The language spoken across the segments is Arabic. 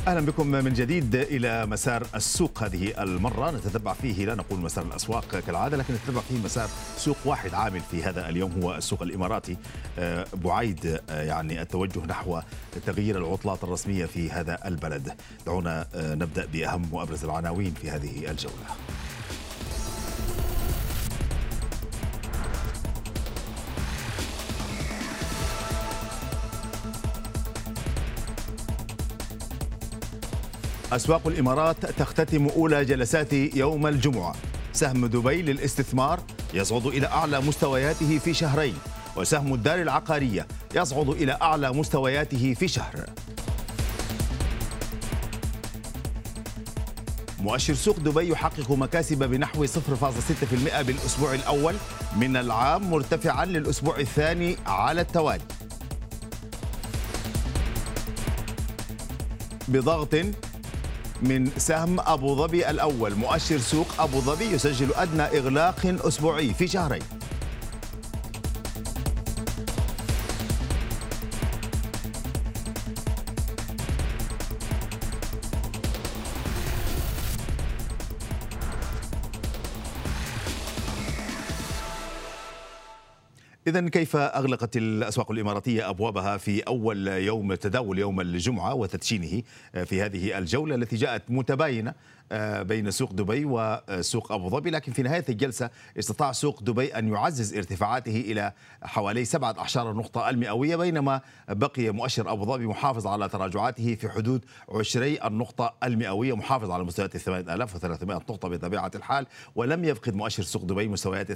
أهلا بكم من جديد إلى مسار السوق. هذه المرة نتتبع فيه، لا نقول مسار الأسواق كالعادة، لكن نتتبع فيه مسار سوق واحد عامل في هذا اليوم، هو السوق الإماراتي. بعيد يعني التوجه نحو تغيير العطلات الرسمية في هذا البلد. دعونا نبدأ بأهم وأبرز العناوين في هذه الجولة. أسواق الإمارات تختتم أولى جلسات يوم الجمعة. سهم دبي للاستثمار يصعد إلى أعلى مستوياته في شهرين، وسهم الدار العقارية يصعد إلى أعلى مستوياته في شهر. مؤشر سوق دبي يحقق مكاسب بنحو 0.6% بالأسبوع الأول من العام، مرتفعا للأسبوع الثاني على التوالي بضغط من سهم أبو ظبي الأول. مؤشر سوق أبو ظبي يسجل أدنى إغلاق أسبوعي في شهرين. إذن كيف أغلقت الأسواق الإماراتية أبوابها في أول يوم تداول يوم الجمعة وتدشينه في هذه الجولة التي جاءت متباينة بين سوق دبي وسوق أبو ظبي، لكن في نهاية الجلسة استطاع سوق دبي أن يعزز ارتفاعاته إلى حوالي 17 نقطة المئوية، بينما بقي مؤشر أبو ظبي محافظ على تراجعاته في حدود 20 النقطة المئوية، محافظ على مستويات 8300 نقطة بطبيعة الحال، ولم يفقد مؤشر سوق دبي مستويات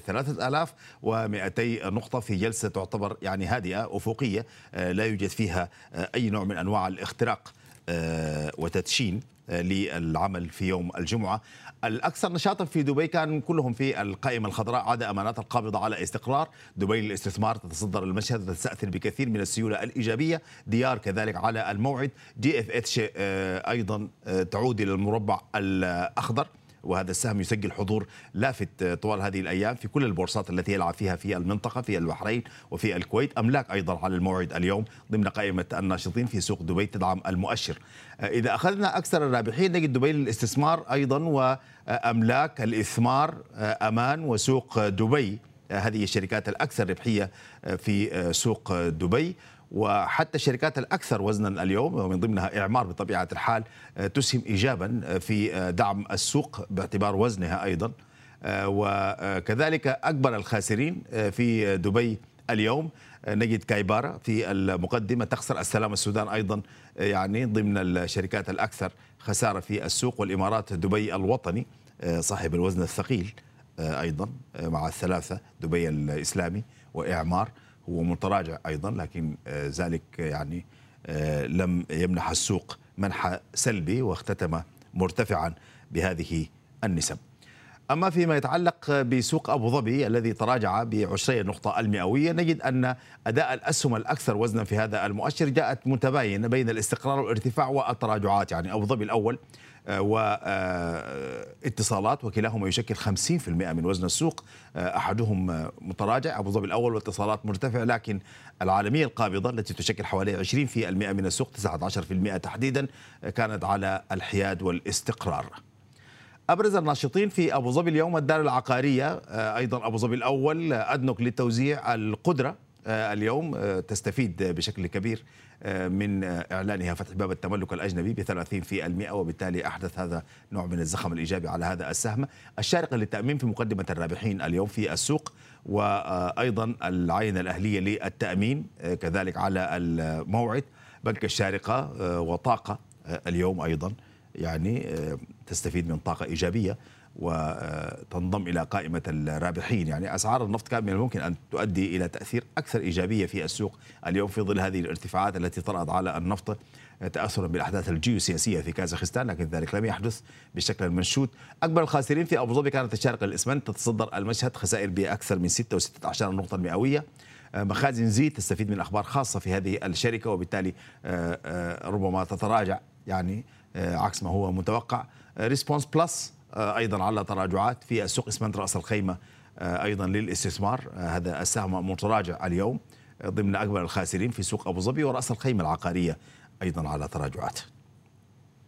3200 نقطة في جلسة تعتبر يعني هادئة أفقية لا يوجد فيها أي نوع من أنواع الاختراق وتدشين للعمل في يوم الجمعة. الأكثر نشاطا في دبي كان كلهم في القائمة الخضراء، عدا أمانات القابضة على استقرار. دبي للاستثمار تتصدر المشهد وتستأثر بكثير من السيولة الإيجابية. ديار كذلك على الموعد. GFH أيضا تعود إلى المربع الأخضر، وهذا السهم يسجل حضور لافت طوال هذه الأيام في كل البورصات التي يلعب فيها في المنطقة، في البحرين وفي الكويت. أملاك أيضا على الموعد اليوم ضمن قائمة الناشطين في سوق دبي تدعم المؤشر. إذا أخذنا أكثر الرابحين نجد دبي للاستثمار أيضا، وأملاك الإثمار، أمان، وسوق دبي. هذه الشركات الأكثر ربحية في سوق دبي، وحتى الشركات الأكثر وزنا اليوم ومن ضمنها إعمار بطبيعة الحال تسهم إيجابا في دعم السوق باعتبار وزنها أيضا. وكذلك أكبر الخاسرين في دبي اليوم نجد كايبارا في المقدمة تخسر. السلام السودان أيضا يعني ضمن الشركات الأكثر خسارة في السوق، والإمارات دبي الوطني صاحب الوزن الثقيل أيضا مع الثلاثة، دبي الإسلامي وإعمار هو متراجع أيضا، لكن ذلك يعني لم يمنح السوق منح سلبي واختتم مرتفعا بهذه النسب. أما فيما يتعلق بسوق أبو ظبي الذي تراجع ب20 نقطة المئوية، نجد أن أداء الأسهم الأكثر وزنا في هذا المؤشر جاءت متباينة بين الاستقرار والارتفاع والتراجعات. يعني أبو ظبي الأول واتصالات وكلاهما يشكل 50% من وزن السوق، أحدهم متراجع أبو ظبي الأول، واتصالات مرتفع، لكن العالمية القابضة التي تشكل حوالي 20% من السوق 19% تحديدا كانت على الحياد والاستقرار. أبرز الناشطين في أبو ظبي اليوم الدار العقارية أيضا أبو ظبي الأول. أدنوك للتوزيع القدرة اليوم تستفيد بشكل كبير من إعلانها فتح باب التملك الأجنبي ب30%، وبالتالي أحدث هذا نوع من الزخم الإيجابي على هذا السهم. الشارقة للتأمين في مقدمة الرابحين اليوم في السوق، وأيضا العينة الأهلية للتأمين كذلك على الموعد. بنك الشارقة وطاقة اليوم أيضا يعني تستفيد من طاقة إيجابية وتنضم إلى قائمة الرابحين. يعني أسعار النفط كان من الممكن أن تؤدي إلى تأثير أكثر إيجابية في السوق اليوم في ظل هذه الارتفاعات التي طرأت على النفط تأثرا بالأحداث الجيوسياسية في كازاخستان، لكن ذلك لم يحدث بالشكل المنشود. أكبر الخاسرين في أبو ظبي كانت الشارقة للإسمنت تتصدر المشهد، خسائر بأكثر من 16 نقطة المئوية. مخازن زيت تستفيد من أخبار خاصة في هذه الشركة، وبالتالي ربما تتراجع يعني عكس ما هو متوقع. ريسبونس بلس أيضا على تراجعات في السوق. اسمنت رأس الخيمة أيضا للاستثمار، هذا السهم متراجع اليوم ضمن أكبر الخاسرين في سوق أبو ظبي، ورأس الخيمة العقارية أيضا على تراجعات.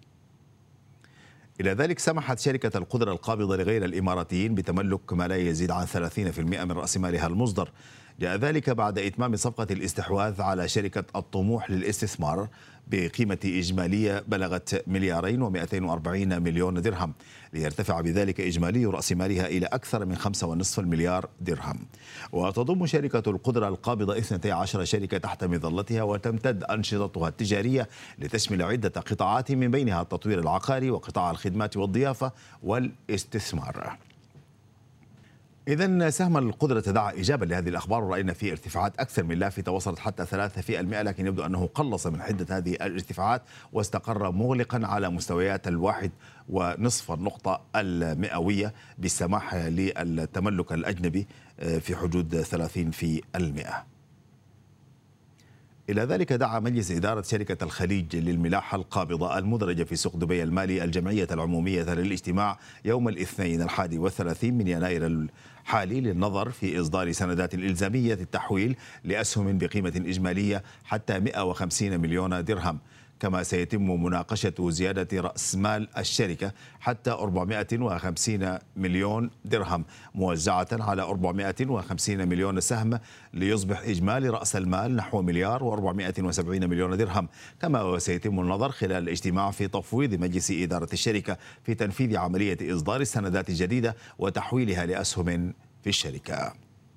إلى ذلك سمحت شركة القدرة القابضة لغير الإماراتيين بتملك ما لا يزيد عن 30% من رأس مالها المصدر. جاء ذلك بعد إتمام صفقة الاستحواذ على شركة الطموح للاستثمار بقيمة إجمالية بلغت 2.240 مليار درهم، ليرتفع بذلك إجمالي رأس مالها إلى أكثر من 5.5 مليار درهم. وتضم شركة القدرة القابضة 12 شركة تحت مظلتها، وتمتد أنشطتها التجارية لتشمل عدة قطاعات من بينها التطوير العقاري وقطاع الخدمات والضيافة والاستثمار. إذا سهم القدرة تداعى إيجابا لهذه الأخبار، ورأينا فيه ارتفاعات أكثر من لافتة وصلت حتى 3%، لكن يبدو أنه قلص من حدة هذه الارتفاعات واستقر مغلقا على مستويات 1.5 النقطة المئوية، بالسماح للتملك الأجنبي في حدود 30%. إلى ذلك دعا مجلس إدارة شركة الخليج للملاحة القابضة المدرجة في سوق دبي المالي الجمعية العمومية للاجتماع يوم الاثنين 31 من يناير الحالي للنظر في إصدار سندات إلزامية التحويل لأسهم بقيمة إجمالية حتى 150 مليون درهم. كما سيتم مناقشة زيادة رأس مال الشركة حتى 450 مليون درهم موزعة على 450 مليون سهم، ليصبح إجمالي رأس المال نحو 1.470 مليار درهم. كما سيتم النظر خلال الاجتماع في تفويض مجلس إدارة الشركة في تنفيذ عملية إصدار السندات الجديدة وتحويلها لأسهم في الشركة.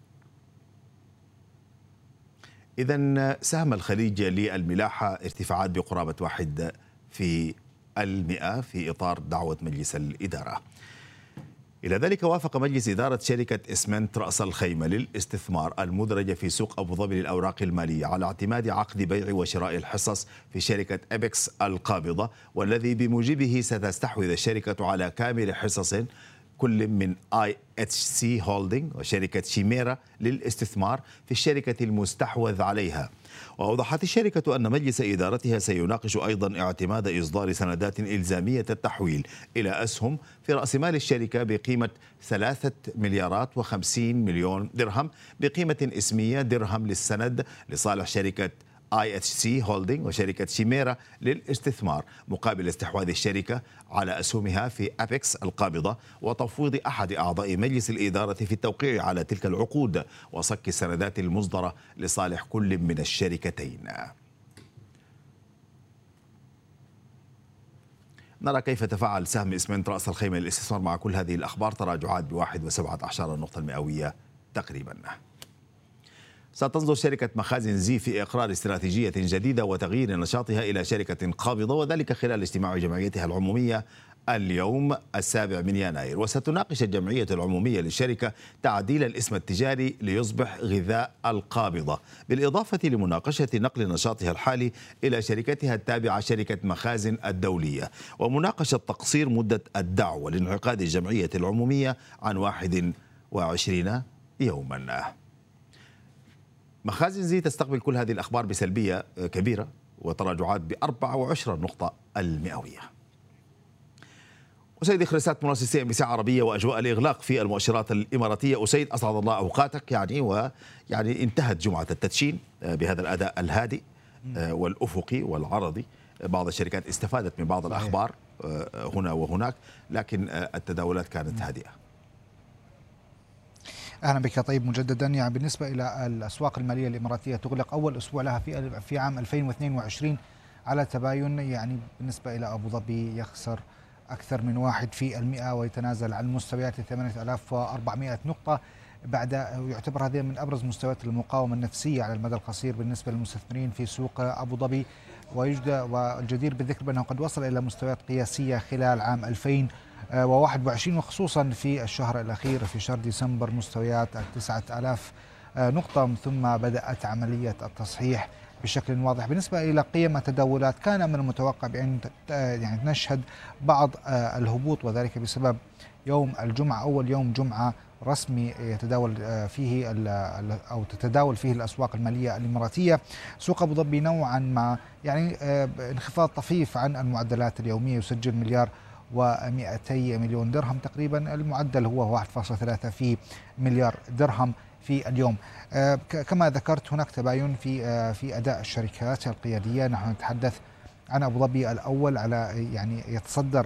إذن سهم الخليج للملاحة ارتفاعات بقرابة 1% في إطار دعوة مجلس الإدارة. إلى ذلك وافق مجلس إدارة شركة إسمنت رأس الخيمة للاستثمار المدرجة في سوق أبو ظبي للأوراق المالية على اعتماد عقد بيع وشراء الحصص في شركة أبيكس القابضة، والذي بموجبه ستستحوذ الشركة على كامل حصص كل من IHC هولدينج وشركة شيميرا للاستثمار في الشركة المستحوذ عليها. وأوضحت الشركة أن مجلس إدارتها سيناقش أيضا اعتماد إصدار سندات إلزامية التحويل إلى أسهم في رأس مال الشركة بقيمة 3.50 مليار درهم بقيمة اسمية درهم للسند لصالح شركة IHC هولدينج وشركة شيميرا للاستثمار، مقابل استحواذ الشركة على أسهمها في أبيكس القابضة وتفويض أحد أعضاء مجلس الإدارة في التوقيع على تلك العقود وصك السندات المصدرة لصالح كل من الشركتين. نرى كيف تفاعل سهم إسمنت رأس الخيمة للاستثمار مع كل هذه الأخبار. تراجعات ب1.17 النقطة المئوية تقريبا. ستنظر شركة مخازن زي في إقرار استراتيجية جديدة وتغيير نشاطها إلى شركة قابضة، وذلك خلال اجتماع جمعيتها العمومية اليوم 7 من يناير. وستناقش الجمعية العمومية للشركة تعديل الاسم التجاري ليصبح غذاء القابضة، بالإضافة لمناقشة نقل نشاطها الحالي إلى شركتها التابعة شركة مخازن الدولية، ومناقشة تقصير مدة الدعوة لانعقاد الجمعية العمومية عن 21 يوما. مخازن زي تستقبل كل هذه الأخبار بسلبية كبيرة وتراجعات ب24 النقطة المئوية. أسيد خريسات مراسل CNBC عربية وأجواء الإغلاق في المؤشرات الإماراتية. أسيد أسعد الله أوقاتك. ويعني انتهت جمعة التدشين بهذا الأداء الهادئ والأفقي والعرضي. بعض الشركات استفادت من بعض الأخبار هنا وهناك، لكن التداولات كانت هادئة. أهلا بك. طيب مجددا، يعني بالنسبة إلى الأسواق المالية الإماراتية تغلق أول أسبوع لها في عام 2022 على تباين. يعني بالنسبة إلى أبو ظبي يخسر أكثر من 1% ويتنازل عن مستويات 8400 نقطة. بعد يعتبر هذه من أبرز مستويات المقاومة النفسية على المدى القصير بالنسبة للمستثمرين في سوق أبو ظبي. والجدير بالذكر بأنه قد وصل إلى مستويات قياسية خلال عام 2021 وخصوصا في الشهر الأخير في شهر ديسمبر مستويات 9000 نقطة، ثم بدأت عملية التصحيح بشكل واضح. بالنسبة إلى قيم التداولات كان من المتوقع بأن يعني نشهد بعض الهبوط، وذلك بسبب يوم الجمعة أول يوم جمعة رسمي يتداول فيه أو تتداول فيه الأسواق المالية الإماراتية. سوق أبو ظبي نوعا ما يعني انخفاض طفيف عن المعدلات اليومية، يسجل 1.200 مليار درهم تقريبا. المعدل هو 1.3 في مليار درهم في اليوم. كما ذكرت هناك تباين في أداء الشركات القيادية. نحن نتحدث عن أبو ظبي الأول على يعني يتصدر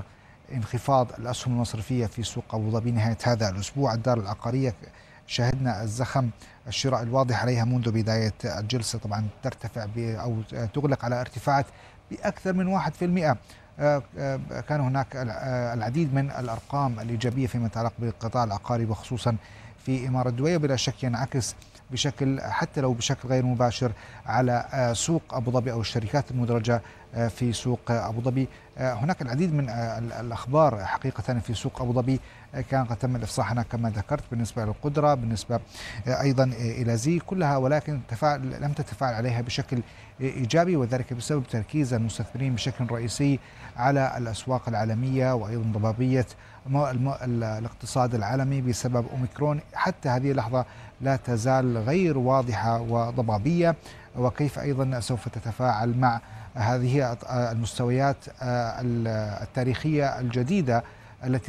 انخفاض الأسهم المصرفية في سوق أبو ظبي نهاية هذا الأسبوع. الدار العقارية شهدنا الزخم الشراء الواضح عليها منذ بداية الجلسة، طبعا ترتفع أو تغلق على ارتفاعات بأكثر من 1%. كان هناك العديد من الأرقام الإيجابية فيما يتعلق بالقطاع العقاري وخصوصا في إمارة دبي، وبلا شك ينعكس بشكل حتى لو بشكل غير مباشر على سوق أبو ظبي أو الشركات المدرجة في سوق أبو ظبي. هناك العديد من الأخبار حقيقة في سوق أبو ظبي كان قد تم الإفصاح عنها كما ذكرت، بالنسبة للقدرة، بالنسبة أيضا إلى زي كلها، ولكن لم تتفاعل عليها بشكل إيجابي، وذلك بسبب تركيز المستثمرين بشكل رئيسي على الأسواق العالمية وأيضا ضبابية الاقتصاد العالمي بسبب أوميكرون. حتى هذه اللحظة لا تزال غير واضحة وضبابية، وكيف أيضا سوف تتفاعل مع هذه المستويات التاريخية الجديدة التي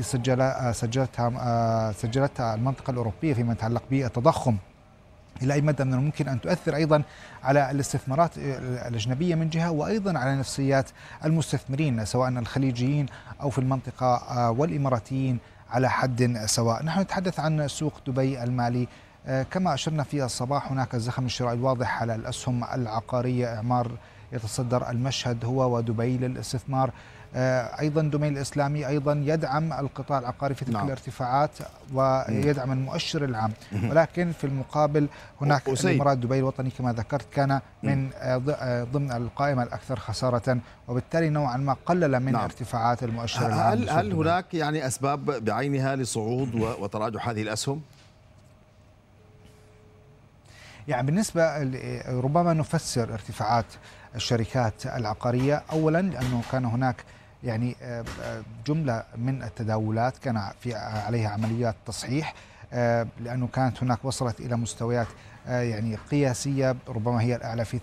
سجلتها المنطقة الأوروبية فيما يتعلق بالتضخم، إلى أي مدى من الممكن أن تؤثر أيضا على الاستثمارات الأجنبية من جهة، وأيضا على نفسيات المستثمرين سواء الخليجيين أو في المنطقة والإماراتيين على حد سواء. نحن نتحدث عن سوق دبي المالي. كما أشرنا في الصباح هناك الزخم الشرائي الواضح على الأسهم العقارية. إعمار يتصدر المشهد هو ودبي للاستثمار. أيضا دبي الإسلامي أيضا يدعم القطاع العقاري في تلك الارتفاعات ويدعم المؤشر العام، ولكن في المقابل هناك الإمارات دبي الوطني كما ذكرت كان من ضمن القائمة الأكثر خسارة، وبالتالي نوعا ما قلل من ارتفاعات المؤشر العام. هل هناك يعني أسباب بعينها لصعود وتراجع هذه الأسهم؟ يعني بالنسبة ربما نفسر ارتفاعات الشركات العقارية أولا لأنه كان هناك يعني جملة من التداولات كان عليها عمليات تصحيح، لأنه كانت هناك وصلت إلى مستويات يعني قياسية ربما هي الأعلى في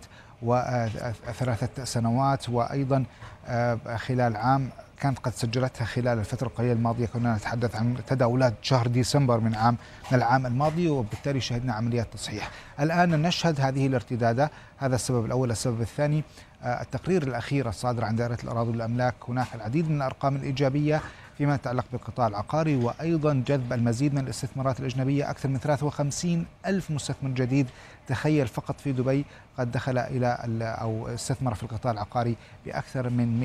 ثلاثة سنوات، وأيضا خلال عام كانت قد سجلتها خلال الفترة القليلة الماضية. كنا نتحدث عن تداولات شهر ديسمبر من العام الماضي، وبالتالي شهدنا عمليات تصحيح. الآن نشهد هذه الارتدادة، هذا السبب الأول. السبب الثاني التقرير الأخير الصادر عن دائرة الأراضي والأملاك، هناك العديد من الأرقام الإيجابية فيما يتعلق بالقطاع العقاري، وأيضا جذب المزيد من الاستثمارات الأجنبية. أكثر من 53 ألف مستثمر جديد تخيل فقط في دبي قد دخل إلى أو استثمر في القطاع العقاري بأكثر من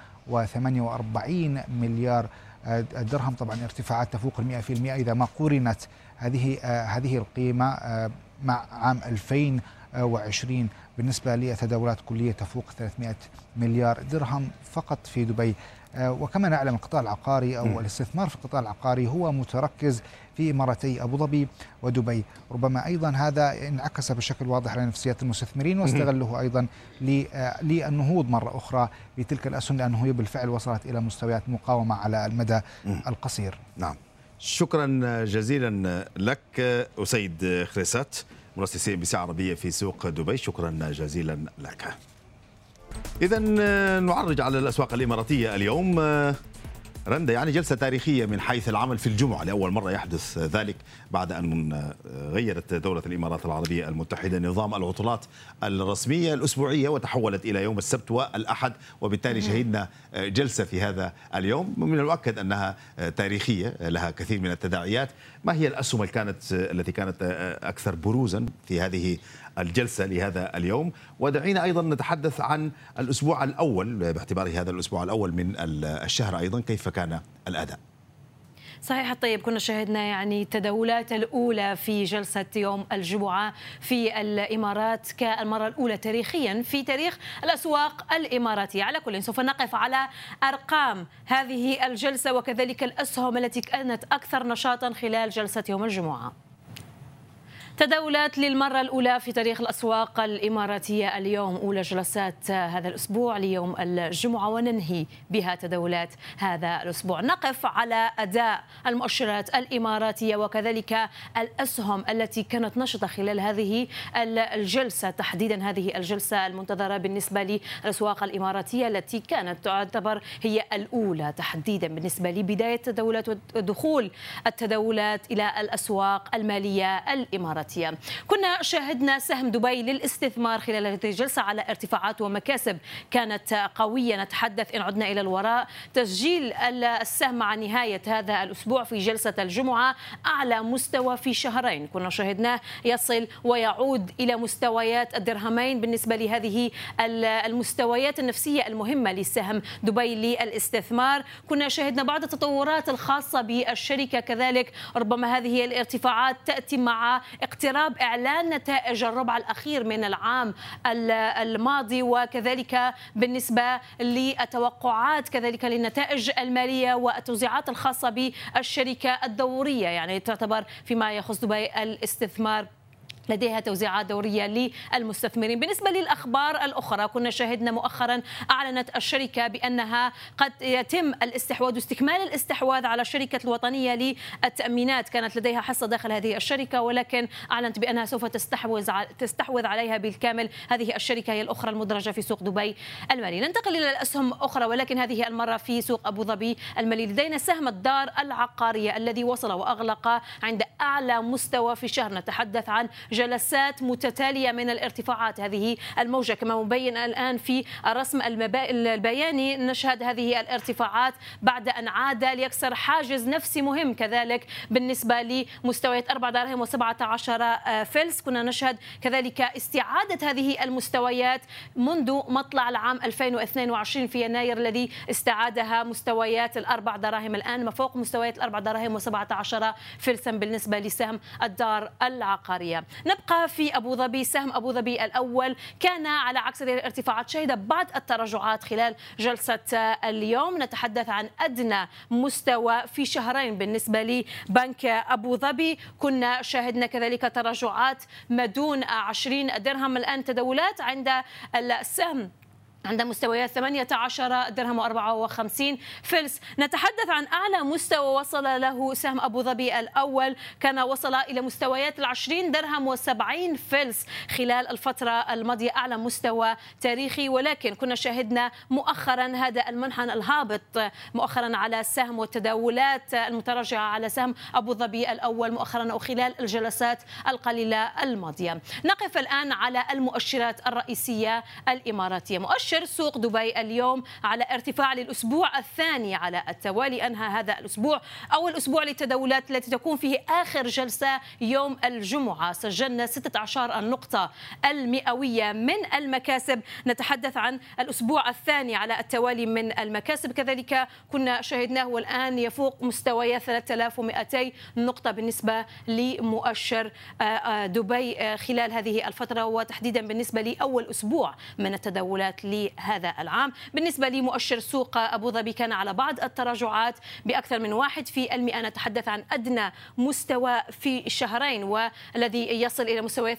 148 مليار درهم. طبعا ارتفاعات تفوق 100% إذا ما قورنت هذه القيمة مع عام 2020 بالنسبة لتداولات كلية تفوق 300 مليار درهم فقط في دبي. وكما نعلم القطاع العقاري أو الاستثمار في القطاع العقاري هو متركز في إمارتي أبو ظبي ودبي. ربما أيضا هذا انعكس بشكل واضح على نفسيات المستثمرين، واستغله أيضا للنهوض مرة أخرى بتلك الأسهم، لأنه هي بالفعل وصلت إلى مستويات مقاومة على المدى القصير. نعم، شكرا جزيلا لك أسيد خريسات مراسل CNBC عربية في سوق دبي، شكرا جزيلا لك. إذا نعرج على الأسواق الإماراتية اليوم. رندا، يعني جلسة تاريخية من حيث العمل في الجمعة، لأول مرة يحدث ذلك بعد أن غيرت دولة الإمارات العربية المتحدة نظام العطلات الرسمية الأسبوعية وتحولت إلى يوم السبت والأحد، وبالتالي شهدنا جلسة في هذا اليوم من المؤكد أنها تاريخية لها كثير من التداعيات. ما هي الأسهم التي كانت أكثر بروزا في هذه الجلسة لهذا اليوم؟ ودعينا أيضا نتحدث عن الأسبوع الأول باعتباره هذا الأسبوع الأول من الشهر، أيضا كيف كان الأداء؟ صحيح. طيب، كنا شاهدنا يعني التداولات الأولى في جلسة يوم الجمعة في الإمارات كالمرة الأولى تاريخيا في تاريخ الأسواق الإماراتية. على كل سوف نقف على أرقام هذه الجلسة وكذلك الأسهم التي كانت أكثر نشاطا خلال جلسة يوم الجمعة. تداولات للمرة الأولى في تاريخ الأسواق الإماراتية اليوم، أولى جلسات هذا الأسبوع ليوم الجمعة وننهي بها تداولات هذا الأسبوع. نقف على أداء المؤشرات الإماراتية وكذلك الأسهم التي كانت نشطة خلال هذه الجلسة، تحديدا هذه الجلسة المنتظرة بالنسبة للأسواق الإماراتية التي كانت تعتبر هي الأولى تحديدا بالنسبة لبداية التداولات ودخول التداولات إلى الأسواق المالية الإماراتية. الإماراتية. كنا شاهدنا سهم دبي للاستثمار خلال هذه الجلسة على ارتفاعات ومكاسب كانت قوية. نتحدث إن عدنا إلى الوراء تسجيل السهم مع نهاية هذا الأسبوع في جلسة الجمعة أعلى مستوى في شهرين كنا شاهدناه يصل ويعود إلى مستويات الدرهمين. بالنسبة لهذه المستويات النفسية المهمة لسهم دبي للاستثمار كنا شاهدنا بعض التطورات الخاصة بالشركة. كذلك ربما هذه الارتفاعات تأتي مع اقتراب إعلان نتائج الربع الأخير من العام الماضي، وكذلك بالنسبة للتوقعات كذلك للنتائج المالية والتوزيعات الخاصة بالشركة الدورية. يعني تعتبر فيما يخص دبي الاستثمار لديها توزيعات دورية للمستثمرين. بالنسبة للأخبار الأخرى كنا شاهدنا مؤخرا أعلنت الشركة بأنها قد يتم الاستحواذ واستكمال الاستحواذ على الشركة الوطنية للتأمينات. كانت لديها حصة داخل هذه الشركة ولكن أعلنت بأنها سوف تستحوذ عليها بالكامل. هذه الشركة هي الأخرى المدرجة في سوق دبي المالي. ننتقل إلى الأسهم أخرى ولكن هذه المرة في سوق أبو ظبي المالي. لدينا سهم الدار العقارية الذي وصل وأغلق عند أعلى مستوى في الشهر. نتحدث عن جلسات متتالية من الارتفاعات. هذه الموجة كما مبين الآن في الرسم البياني نشهد هذه الارتفاعات بعد أن عاد ليكسر حاجز نفسي مهم كذلك بالنسبة لمستويات 4 دراهم و17 فلس. كنا نشهد كذلك استعادة هذه المستويات منذ مطلع العام 2022 في يناير الذي استعادها مستويات 4 دراهم. الآن ما فوق مستويات 4 دراهم و17 فلسا بالنسبة لسهم الدار العقارية. نبقى في أبو ظبي. سهم أبو ظبي الأول كان على عكس هذه الارتفاعات شهد بعض التراجعات خلال جلسة اليوم. نتحدث عن أدنى مستوى في شهرين بالنسبة لبنك أبو ظبي. كنا شاهدنا كذلك تراجعات ما دون 20 درهم. الآن تداولات عند السهم عند مستويات 18 درهم و54 فلس. نتحدث عن أعلى مستوى وصل له سهم أبو ظبي الأول كان وصل إلى مستويات 20 درهم و70 فلس خلال الفترة الماضية، أعلى مستوى تاريخي. ولكن كنا شاهدنا مؤخرا هذا المنحنى الهابط مؤخرا على السهم والتداولات المتراجعة على سهم أبو ظبي الأول مؤخرا أو خلال الجلسات القليلة الماضية. نقف الآن على المؤشرات الرئيسية الإماراتية. مؤشر سوق دبي اليوم على ارتفاع للأسبوع الثاني على التوالي. أنهى هذا الأسبوع أول أسبوع للتداولات التي تكون فيه آخر جلسة يوم الجمعة. سجلنا 16 النقطة المئوية من المكاسب. نتحدث عن الأسبوع الثاني على التوالي من المكاسب. كذلك كنا شاهدناه والآن يفوق مستويات 3200 نقطة بالنسبة لمؤشر دبي خلال هذه الفترة وتحديدا بالنسبة لأول أسبوع من التداولات هذا العام. بالنسبة لمؤشر سوق أبو ظبي كان على بعض التراجعات بأكثر من 1%. نتحدث عن أدنى مستوى في الشهرين والذي يصل إلى مستويات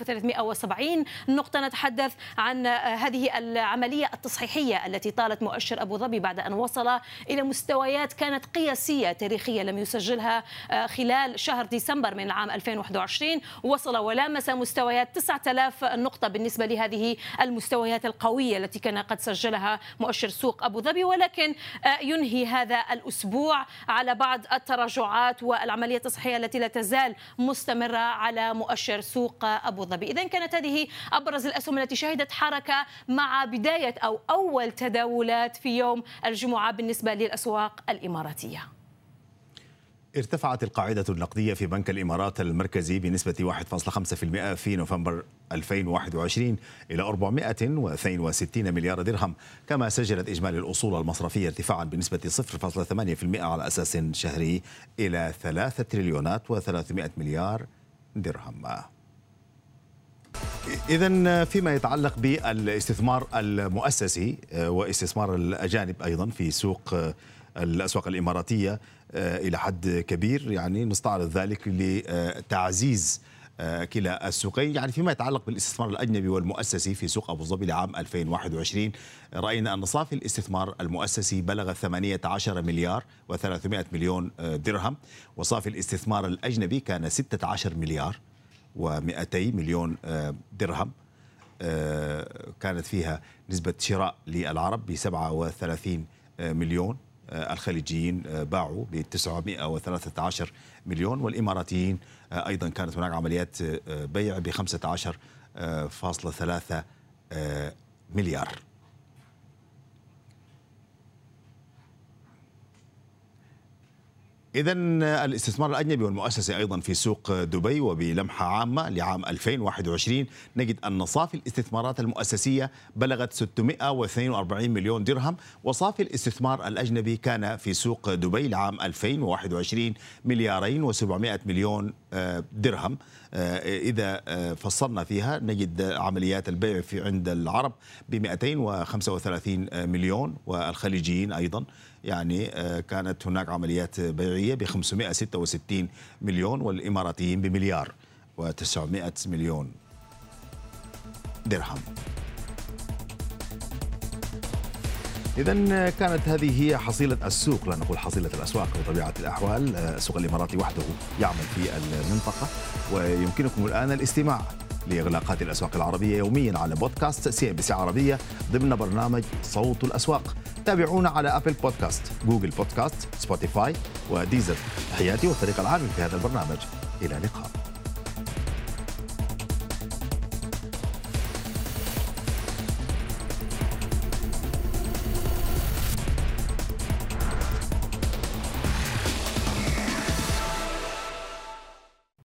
8370 نقطة. نتحدث عن هذه العملية التصحيحية التي طالت مؤشر أبو ظبي بعد أن وصل إلى مستويات كانت قياسية تاريخية لم يسجلها خلال شهر ديسمبر من العام 2021. وصل ولامس مستويات 9000 نقطة بالنسبة لهذه المستويات القوية التي كان قد سجلها مؤشر سوق أبو ظبي. ولكن ينهي هذا الأسبوع على بعض التراجعات والعملية التصحيحية التي لا تزال مستمرة على مؤشر سوق أبو ظبي. إذن كانت هذه أبرز الأسهم التي شهدت حركة مع بداية أو أول تداولات في يوم الجمعة بالنسبة للأسواق الإماراتية. ارتفعت القاعدة النقدية في بنك الإمارات المركزي بنسبة 1.5% في نوفمبر 2021 إلى 462 مليار درهم، كما سجلت إجمالي الأصول المصرفية ارتفاعا بنسبة 0.8% على أساس شهري إلى 3 تريليونات و300 مليار درهم. إذن فيما يتعلق بالاستثمار المؤسسي واستثمار الأجانب أيضا في سوق الأسواق الإماراتية إلى حد كبير، يعني نستعرض ذلك لتعزيز كلا السوقين. يعني فيما يتعلق بالاستثمار الأجنبي والمؤسسي في سوق أبو ظبي لعام 2021 رأينا أن صافي الاستثمار المؤسسي بلغ 18 مليار و300 مليون درهم، وصافي الاستثمار الأجنبي كان 16 مليار و200 مليون درهم. كانت فيها نسبة شراء للعرب ب 37 مليون الخليجيين باعوا ب 913 مليون، والإماراتيين أيضا كانت هناك عمليات بيع ب 15.3 مليار. إذن الاستثمار الأجنبي والمؤسسي أيضا في سوق دبي، وبلمحة عامة لعام 2021 نجد أن صافي الاستثمارات المؤسسية بلغت 642 مليون درهم، وصافي الاستثمار الأجنبي كان في سوق دبي لعام 2021 مليارين و700 مليون درهم. إذا فصلنا فيها نجد عمليات البيع في عند العرب ب 235 مليون، والخليجيين أيضا يعني كانت هناك عمليات بيعية ب 566 مليون، والإماراتيين بمليار و900 مليون درهم. إذن كانت هذه هي حصيلة السوق، لا نقول حصيلة الأسواق بطبيعة الأحوال. السوق الإماراتي وحده يعمل في المنطقة، ويمكنكم الآن الاستماع لإغلاقات الأسواق العربية يوميا على بودكاست CNBC عربية ضمن برنامج صوت الأسواق. تابعونا على أبل بودكاست، جوجل بودكاست، سبوتيفاي وديزر. تحياتي والفريق العامل في هذا البرنامج، إلى اللقاء.